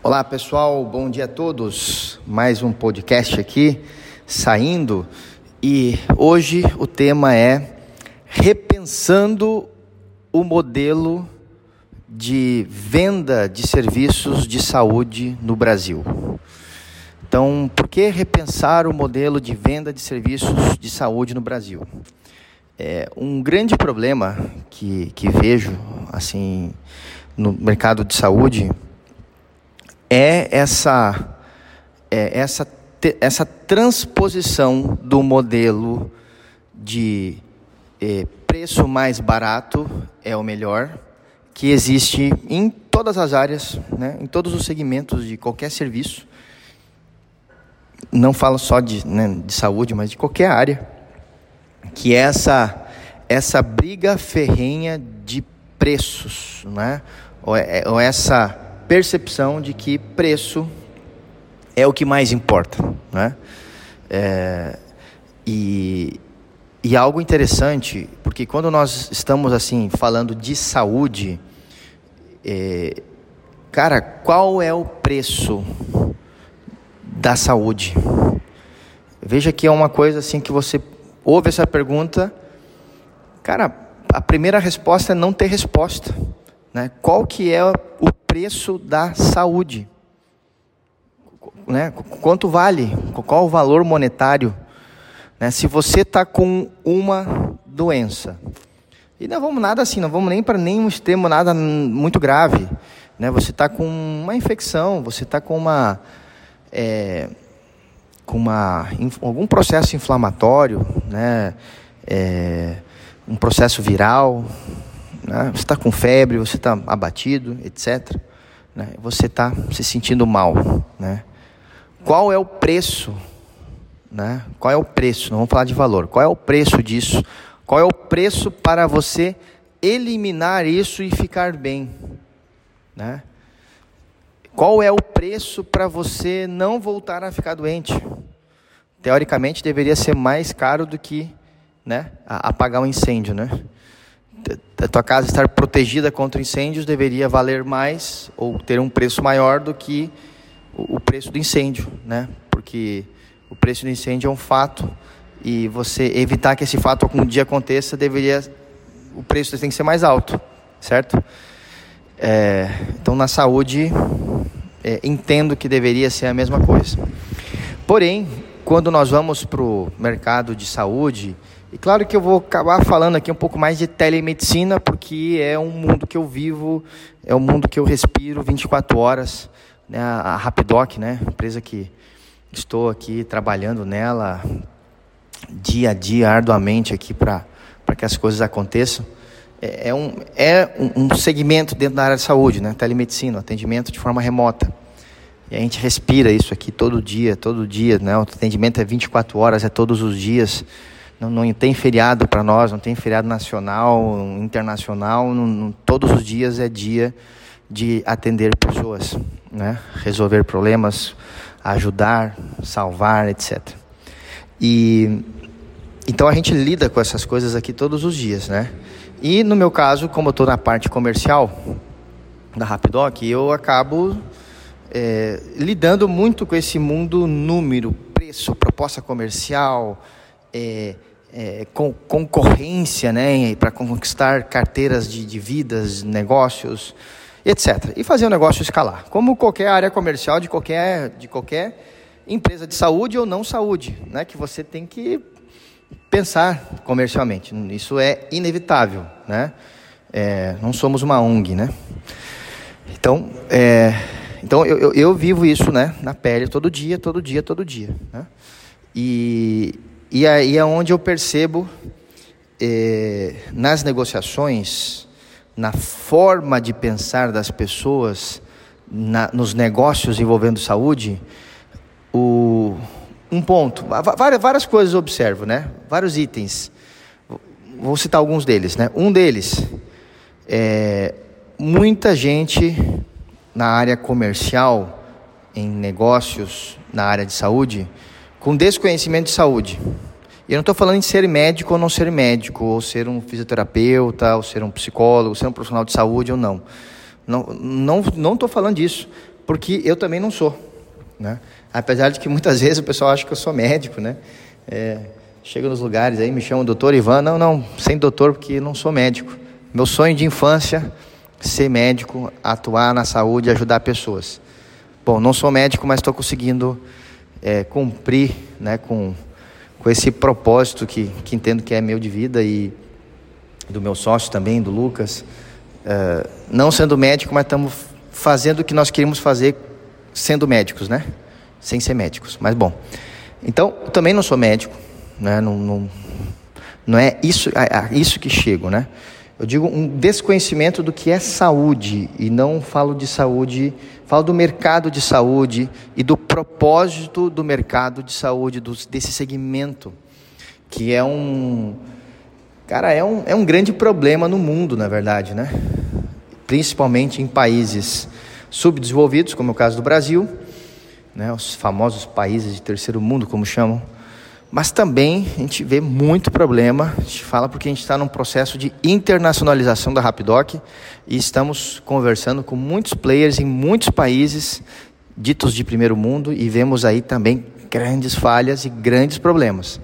Olá pessoal, bom dia a todos. Mais um podcast aqui saindo e hoje o tema é repensando o modelo de venda de serviços de saúde no Brasil. Então, por que repensar o modelo de venda de serviços de saúde no Brasil? Um grande problema que vejo assim no mercado de saúde é essa transposição do modelo de preço mais barato é o melhor, que existe em todas as áreas, né, em todos os segmentos de qualquer serviço. Não falo só de saúde, mas de qualquer área, que é essa briga ferrenha de preços, né, ou essa percepção de que preço é o que mais importa, né? E algo interessante, porque quando nós estamos assim falando de saúde, cara, qual é o preço da saúde? Veja que é uma coisa assim que você ouve essa pergunta, cara, a primeira resposta é não ter resposta, né? Qual que é o preço da saúde? Né? Quanto vale? Qual o valor monetário? Né? Se você está com uma doença, e não vamos nem para nenhum extremo, nada muito grave, né? Você está com uma infecção, você está com algum processo inflamatório, né? Um processo viral, né? Você está com febre, você está abatido, etc., né? Você está se sentindo mal, né? Qual é o preço, né? Qual é o preço? Não vamos falar de valor. Qual é o preço disso? Qual é o preço para você eliminar isso e ficar bem, né? Qual é o preço para você não voltar a ficar doente? Teoricamente deveria ser mais caro do que, né, apagar um incêndio, né? A tua casa estar protegida contra incêndios deveria valer mais ou ter um preço maior do que o preço do incêndio, né? Porque o preço do incêndio é um fato e você evitar que esse fato algum dia aconteça, o preço tem que ser mais alto, certo? Então na saúde entendo que deveria ser a mesma coisa. Porém, quando nós vamos para o mercado de saúde, e claro que eu vou acabar falando aqui um pouco mais de telemedicina, porque é um mundo que eu vivo, é um mundo que eu respiro 24 horas, né? A Rapidoc, né? Empresa que estou aqui trabalhando nela dia a dia, arduamente aqui para que as coisas aconteçam. É um segmento dentro da área de saúde, né? Telemedicina, atendimento de forma remota. E a gente respira isso aqui todo dia, né? O atendimento é 24 horas, é todos os dias. Não tem feriado para nós, não tem feriado nacional, internacional. Todos os dias é dia de atender pessoas, né? Resolver problemas, ajudar, salvar, etc. Então a gente lida com essas coisas aqui todos os dias, né? E no meu caso, como eu estou na parte comercial da Rapidoc, eu acabo lidando muito com esse mundo número, preço, proposta comercial, concorrência, né, para conquistar carteiras de vidas, negócios, etc. E fazer o negócio escalar, como qualquer área comercial de qualquer empresa de saúde ou não saúde, né, que você tem que pensar comercialmente. Isso é inevitável, né? Não somos uma ONG, né? Então eu vivo isso, né, na pele todo dia, né? E aí é onde eu percebo nas negociações, na forma de pensar das pessoas, nos negócios envolvendo saúde, um ponto, várias coisas eu observo, né? Vários itens, vou citar alguns deles, né? Um deles muita gente na área comercial, em negócios, na área de saúde, com desconhecimento de saúde. E eu não estou falando em ser médico ou não ser médico, ou ser um fisioterapeuta, ou ser um psicólogo, ser um profissional de saúde ou não. Não estou falando disso. porque eu também não sou, né? Apesar de que muitas vezes o pessoal acha que eu sou médico, né? Chego nos lugares aí, me chamam doutor Ivan. Não, sem doutor, porque não sou médico. Meu sonho de infância, ser médico, atuar na saúde, ajudar pessoas. Bom, não sou médico, mas estou conseguindo cumprir, né, com esse propósito que entendo que é meu de vida e do meu sócio também, do Lucas. Não sendo médico, mas estamos fazendo o que nós queríamos fazer sendo médicos, né? Sem ser médicos. Mas bom, então eu também não sou médico, né? Não é isso que chego, né? Eu digo um desconhecimento do que é saúde, e não falo de saúde, falo do mercado de saúde e do propósito do mercado de saúde, desse segmento, que é um grande problema no mundo, na verdade, né? Principalmente em países subdesenvolvidos, como é o caso do Brasil, né? Os famosos países de terceiro mundo, como chamam. Mas também a gente vê muito problema, a gente fala porque a gente está num processo de internacionalização da Rapidoc e estamos conversando com muitos players em muitos países ditos de primeiro mundo e vemos aí também grandes falhas e grandes problemas.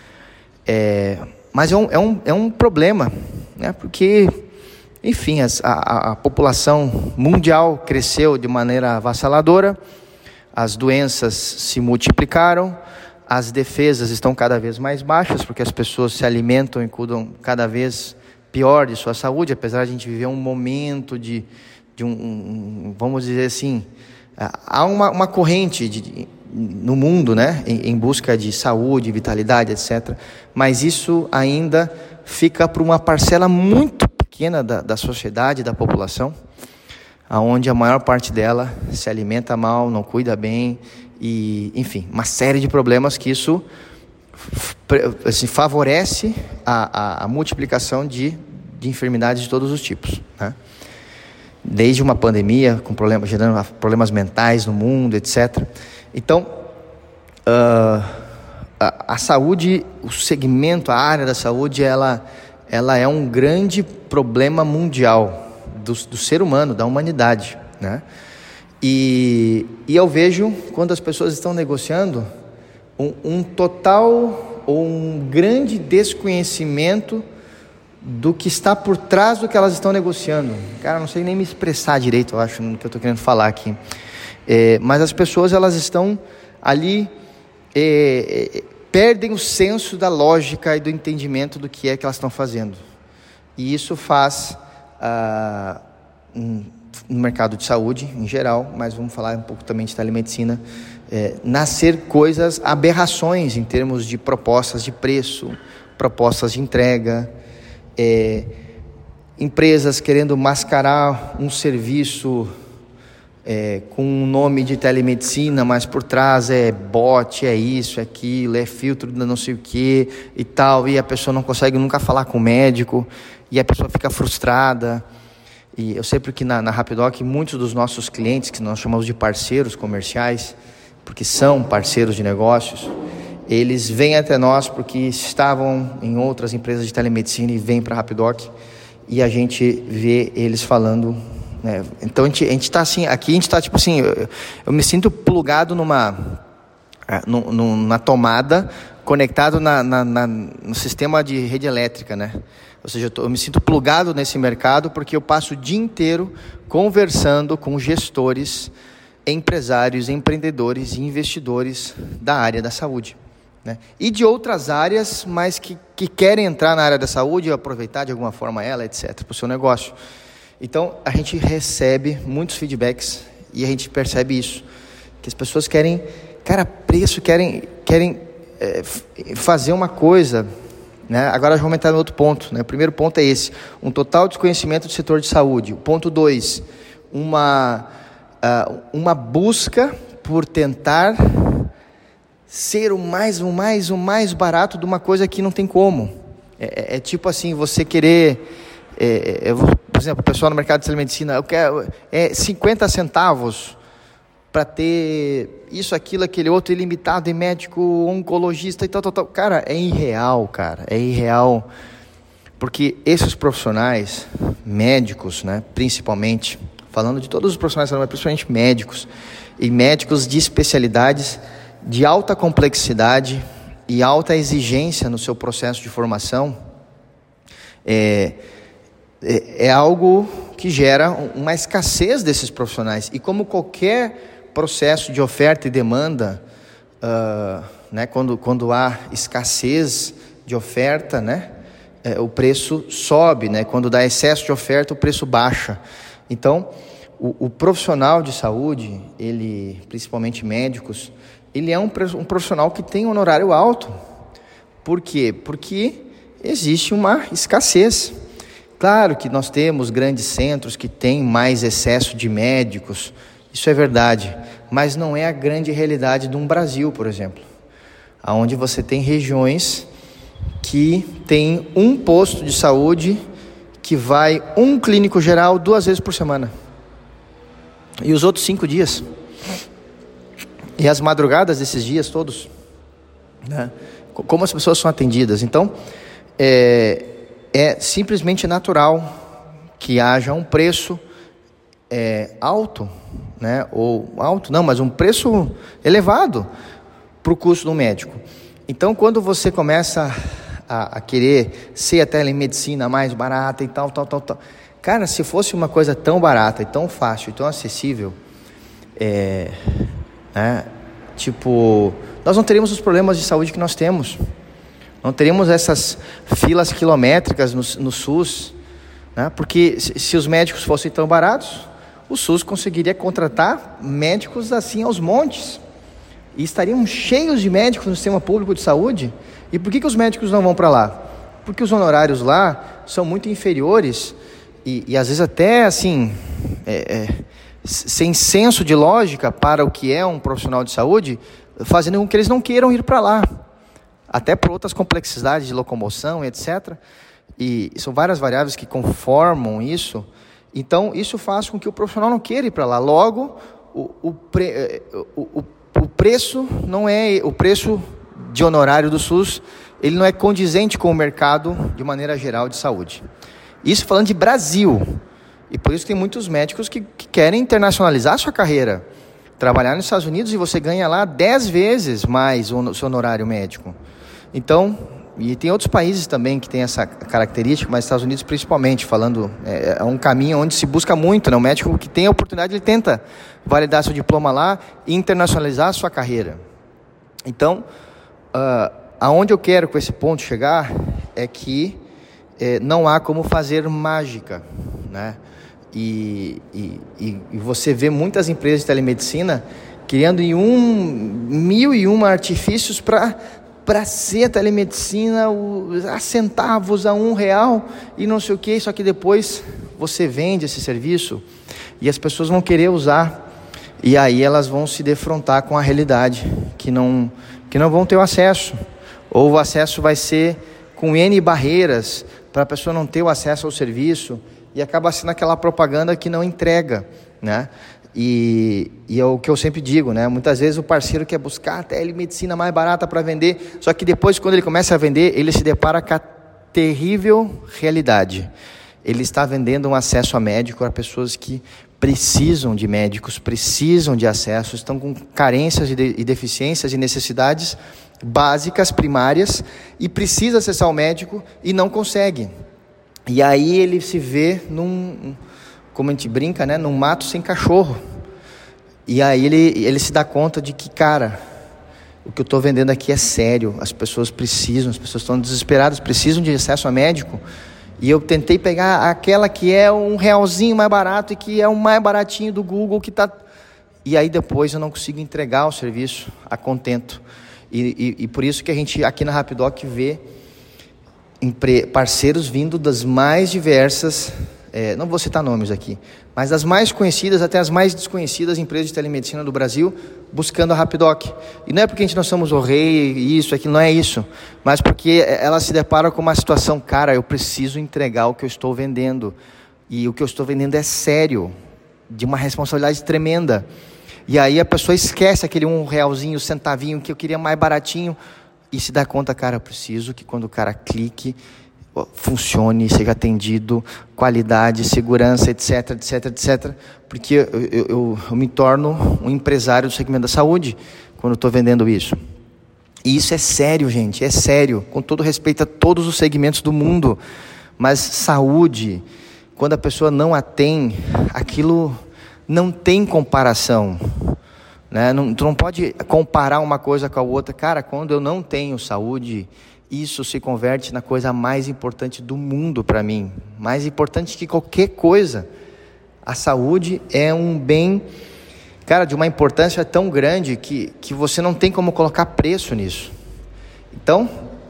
Mas é um problema, né? Porque, enfim, a população mundial cresceu de maneira avassaladora, as doenças se multiplicaram, as defesas estão cada vez mais baixas, porque as pessoas se alimentam e cuidam cada vez pior de sua saúde, apesar de a gente viver um momento de vamos dizer assim, há uma corrente no mundo, né, em busca de saúde, vitalidade, etc. Mas isso ainda fica para uma parcela muito pequena da sociedade, da população, onde a maior parte dela se alimenta mal, não cuida bem, e, enfim, uma série de problemas que isso assim, favorece a multiplicação de enfermidades de todos os tipos, né? Desde uma pandemia, gerando problemas mentais no mundo, etc. Então, a saúde, o segmento, a área da saúde, ela é um grande problema mundial do ser humano, da humanidade, né? E eu vejo, quando as pessoas estão negociando, um total ou um grande desconhecimento do que está por trás do que elas estão negociando. Cara, não sei nem me expressar direito, eu acho, no que eu estou querendo falar aqui. Mas as pessoas, elas estão ali, perdem o senso da lógica e do entendimento do que é que elas estão fazendo. E isso faz... no mercado de saúde em geral, mas vamos falar um pouco também de telemedicina, nascer aberrações em termos de propostas de preço, propostas de entrega, empresas querendo mascarar um serviço com um nome de telemedicina, mas por trás é bot, é isso, é aquilo, é filtro de não sei o que e tal, e a pessoa não consegue nunca falar com o médico, e a pessoa fica frustrada. E eu sei porque na Rapidoc, muitos dos nossos clientes, que nós chamamos de parceiros comerciais, porque são parceiros de negócios, eles vêm até nós porque estavam em outras empresas de telemedicina e vêm para a Rapidoc, e a gente vê eles falando, né? Então a gente está assim, aqui a gente está tipo assim, eu me sinto plugado na tomada, conectado no sistema de rede elétrica, né? Ou seja, eu me sinto plugado nesse mercado porque eu passo o dia inteiro conversando com gestores, empresários, empreendedores e investidores da área da saúde, né? E de outras áreas, mas que querem entrar na área da saúde e aproveitar de alguma forma ela, etc., para o seu negócio. Então, a gente recebe muitos feedbacks e a gente percebe isso, que as pessoas querem, preço, querem fazer uma coisa, né? Agora vamos entrar no outro ponto, né? O primeiro ponto é esse, um total desconhecimento do setor de saúde. O ponto 2, uma busca por tentar ser o mais barato de uma coisa que não tem como. É tipo assim, você querer... por exemplo, o pessoal no mercado de telemedicina, eu quero 50 centavos para ter isso, aquilo, aquele outro, ilimitado, e médico, oncologista e tal. Cara, é irreal, porque esses profissionais, médicos, né, principalmente, falando de todos os profissionais de saúde, mas principalmente médicos, e médicos de especialidades de alta complexidade e alta exigência no seu processo de formação, é algo que gera uma escassez desses profissionais. E como qualquer processo de oferta e demanda, né, quando há escassez de oferta, né, o preço sobe, né? Quando dá excesso de oferta, o preço baixa. Então, o profissional de saúde, ele, principalmente médicos, ele é um profissional que tem um honorário alto. Por quê? Porque existe uma escassez. Claro que nós temos grandes centros que têm mais excesso de médicos, isso é verdade, mas não é a grande realidade de um Brasil, por exemplo, onde você tem regiões que tem um posto de saúde que vai um clínico geral 2 vezes por semana. E os outros 5 dias. E as madrugadas desses dias todos, né? Como as pessoas são atendidas. Então, é simplesmente natural que haja um preço alto, né? Ou alto, não, mas um preço elevado para o custo do médico. Então, quando você começa a querer ser a telemedicina mais barata e tal, cara, se fosse uma coisa tão barata e tão fácil e tão acessível, né, tipo, nós não teríamos os problemas de saúde que nós temos, não teríamos essas filas quilométricas no SUS, né, porque se os médicos fossem tão baratos, o SUS conseguiria contratar médicos assim aos montes, e estariam cheios de médicos no sistema público de saúde. E por que os médicos não vão para lá? Porque os honorários lá são muito inferiores e às vezes até assim, sem senso de lógica para o que é um profissional de saúde, fazendo com que eles não queiram ir para lá, até por outras complexidades de locomoção, etc. E são várias variáveis que conformam isso. Então isso faz com que o profissional não queira ir para lá. Logo, o preço não é o preço de honorário do SUS, ele não é condizente com o mercado de maneira geral de saúde. Isso falando de Brasil. E por isso tem muitos médicos que querem internacionalizar a sua carreira, trabalhar nos Estados Unidos, e você ganha lá 10 vezes mais o seu honorário médico. Então, e tem outros países também que têm essa característica, mas Estados Unidos principalmente, falando, é um caminho onde se busca muito, né? O médico que tem a oportunidade, ele tenta validar seu diploma lá e internacionalizar a sua carreira. Então, aonde eu quero com esse ponto chegar é que não há como fazer mágica, né? E você vê muitas empresas de telemedicina criando 1001 artifícios para ser a telemedicina a centavos, a R$1 e não sei o que, só que depois você vende esse serviço e as pessoas vão querer usar, e aí elas vão se defrontar com a realidade, que não vão ter o acesso, ou o acesso vai ser com N barreiras para a pessoa não ter o acesso ao serviço, e acaba sendo aquela propaganda que não entrega, né? E é o que eu sempre digo, né? Muitas vezes o parceiro quer buscar a telemedicina mais barata para vender, só que depois, quando ele começa a vender, ele se depara com a terrível realidade. Ele está vendendo um acesso a médico para pessoas que precisam de médicos, precisam de acesso, estão com carências e deficiências e necessidades básicas, primárias, e precisa acessar o médico e não consegue. E aí ele se vê como a gente brinca, né, num mato sem cachorro. E aí ele se dá conta de que, cara, o que eu estou vendendo aqui é sério, as pessoas estão desesperadas, precisam de acesso a médico, e eu tentei pegar aquela que é R$1 mais barato e que é o mais baratinho do Google, e aí depois eu não consigo entregar o serviço a contento. E por isso que a gente aqui na Rapidoc vê parceiros vindo das mais diversas, não vou citar nomes aqui, mas das mais conhecidas até as mais desconhecidas empresas de telemedicina do Brasil, buscando a Rapidoc. E não é porque nós somos o rei, isso, aquilo, não é isso, mas porque elas se deparam com uma situação, cara, eu preciso entregar o que eu estou vendendo, e o que eu estou vendendo é sério, de uma responsabilidade tremenda. E aí a pessoa esquece aquele R$1, centavinho que eu queria mais baratinho, e se dá conta, cara, eu preciso que quando o cara clique, funcione, seja atendido, qualidade, segurança, etc, etc, etc, porque eu me torno um empresário do segmento da saúde quando estou vendendo isso. E isso é sério, gente, é sério, com todo respeito a todos os segmentos do mundo, mas saúde, quando a pessoa não a tem, aquilo não tem comparação, né? Tu não pode comparar uma coisa com a outra. Cara, quando eu não tenho saúde, isso se converte na coisa mais importante do mundo para mim, mais importante que qualquer coisa. A saúde é um bem, cara, de uma importância tão grande que você não tem como colocar preço nisso. Então,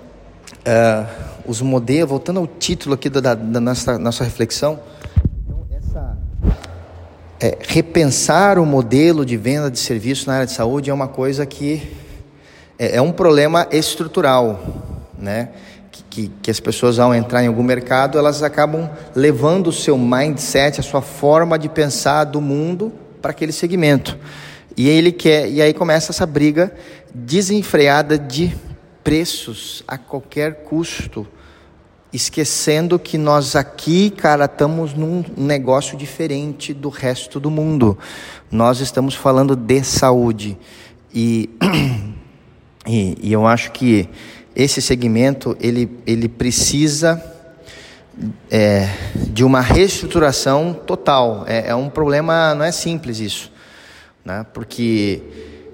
os modelos, voltando ao título aqui da nossa reflexão, então repensar o modelo de venda de serviço na área de saúde é uma coisa que é um problema estrutural, né? Que as pessoas, ao entrar em algum mercado, elas acabam levando o seu mindset, a sua forma de pensar do mundo para aquele segmento. E aí começa essa briga desenfreada de preços a qualquer custo, esquecendo que nós aqui, cara, estamos num negócio diferente do resto do mundo. Nós estamos falando de saúde. E eu acho que esse segmento, ele precisa de uma reestruturação total. É um problema, não é simples isso, né? Porque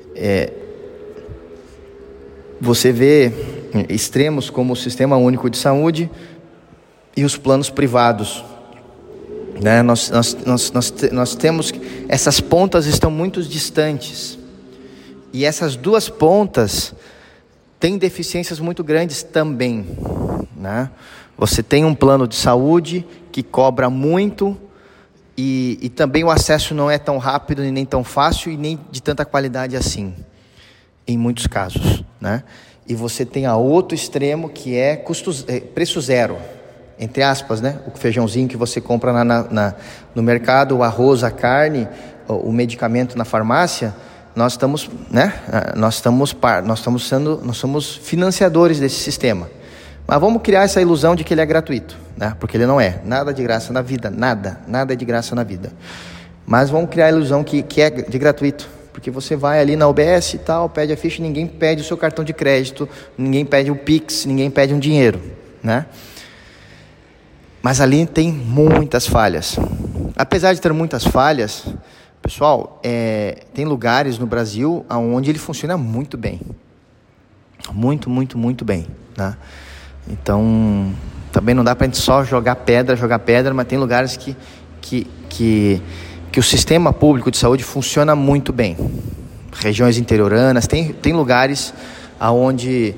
você vê extremos como o Sistema Único de Saúde e os planos privados, né? Nós temos, essas pontas estão muito distantes, e essas duas pontas têm deficiências muito grandes também, né? Você tem um plano de saúde que cobra muito, e também o acesso não é tão rápido, nem tão fácil, e nem de tanta qualidade assim, em muitos casos, né? E você tem a outro extremo, que é preço zero, entre aspas, né? O feijãozinho que você compra no mercado, o arroz, a carne, o medicamento na farmácia. Nós estamos, né? Nós somos financiadores desse sistema. Mas vamos criar essa ilusão de que ele é gratuito, né? Porque ele não é. Nada de graça na vida, nada é de graça na vida. Mas vamos criar a ilusão que é de gratuito, porque você vai ali na UBS e tal, pede a ficha, ninguém pede o seu cartão de crédito, ninguém pede o Pix, ninguém pede um dinheiro, né? Mas ali tem muitas falhas. Apesar de ter muitas falhas, pessoal, tem lugares no Brasil onde ele funciona muito bem. Muito, muito, muito bem, né? Então, também não dá pra gente só jogar pedra, mas tem lugares que o sistema público de saúde funciona muito bem. Regiões interioranas, tem lugares onde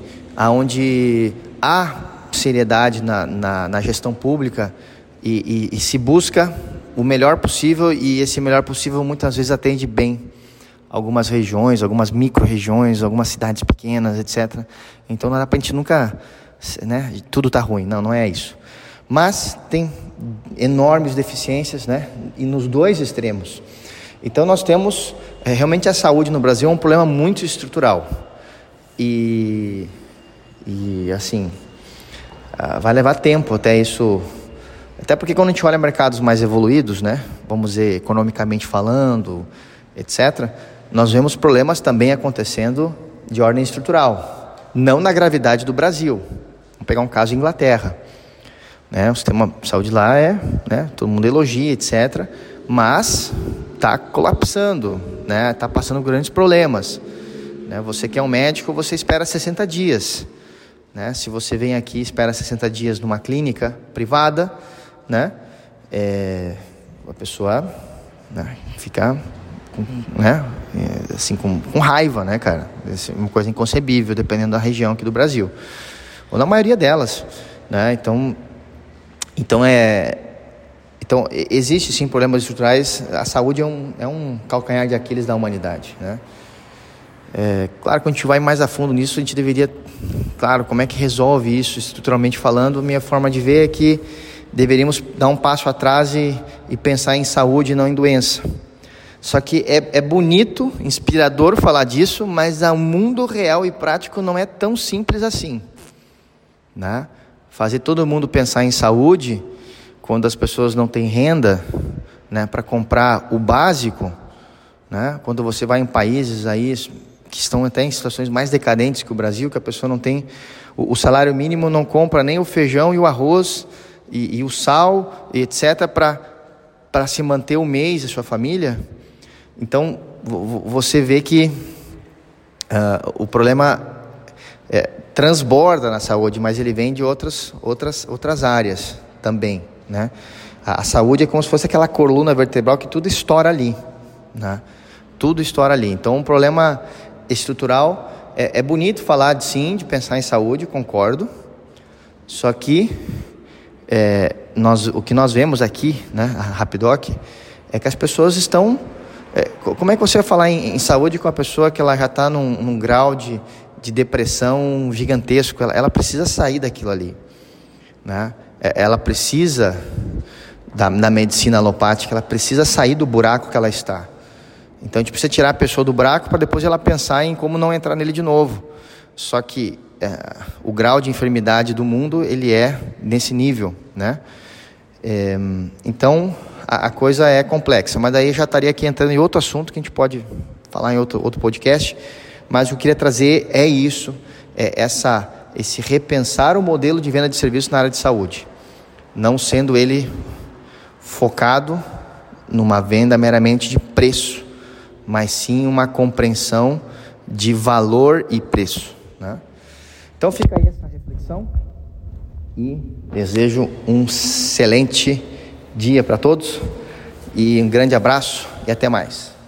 há seriedade na gestão pública e se busca o melhor possível, e esse melhor possível muitas vezes atende bem algumas regiões, algumas micro-regiões, algumas cidades pequenas, etc. Então não dá pra gente nunca, né, tudo tá ruim, não é isso. Mas tem enormes deficiências, né, e nos dois extremos. Então nós temos, realmente a saúde no Brasil é um problema muito estrutural. E assim, vai levar tempo até isso. Até porque quando a gente olha mercados mais evoluídos, né, vamos dizer, economicamente falando, etc., nós vemos problemas também acontecendo de ordem estrutural, não na gravidade do Brasil. Vamos pegar um caso de Inglaterra, né? O sistema de saúde lá né, todo mundo elogia, etc., mas está colapsando, né? Está passando grandes problemas, né? Você que é um médico, você espera 60 dias, né? Se você vem aqui e espera 60 dias numa clínica privada, né, a pessoa, né, fica assim, com raiva, né, cara? Isso é uma coisa inconcebível, dependendo da região aqui do Brasil, ou na maioria delas, né? Então existe sim problemas estruturais. A saúde é um calcanhar de Aquiles da humanidade, né? Claro que quando a gente vai mais a fundo nisso, a gente deveria, claro, como é que resolve isso estruturalmente falando? A minha forma de ver é que deveríamos dar um passo atrás e pensar em saúde e não em doença. Só que é bonito, inspirador falar disso, mas o mundo real e prático não é tão simples assim, né? fazer todo mundo pensar em saúde quando as pessoas não têm renda, né, para comprar o básico, né? Quando você vai em países aí que estão até em situações mais decadentes que o Brasil, que a pessoa não tem o salário mínimo, não compra nem o feijão e o arroz e o sal, e etc., para se manter o mês, a sua família. Então você vê que o problema transborda na saúde, mas ele vem de outras áreas também, né? A saúde é como se fosse aquela coluna vertebral que tudo estoura ali, né? Tudo estoura ali. Então, um problema estrutural, é bonito falar de pensar em saúde, concordo. Só que o que nós vemos aqui, né, a Rapidoc, é que as pessoas estão... como é que você vai falar em saúde com a pessoa que ela já está num grau de depressão gigantesco? Ela precisa sair daquilo ali, né? Ela precisa da medicina alopática, ela precisa sair do buraco que ela está. Então a gente precisa tirar a pessoa do buraco para depois ela pensar em como não entrar nele de novo. Só que o grau de enfermidade do mundo, ele é nesse nível, né? Então a coisa é complexa, mas daí já estaria aqui entrando em outro assunto que a gente pode falar em outro podcast. Mas o que eu queria trazer é isso, esse repensar o modelo de venda de serviços na área de saúde, não sendo ele focado numa venda meramente de preço, mas sim uma compreensão de valor e preço, né? Então fica aí essa reflexão e desejo um excelente dia para todos e um grande abraço e até mais.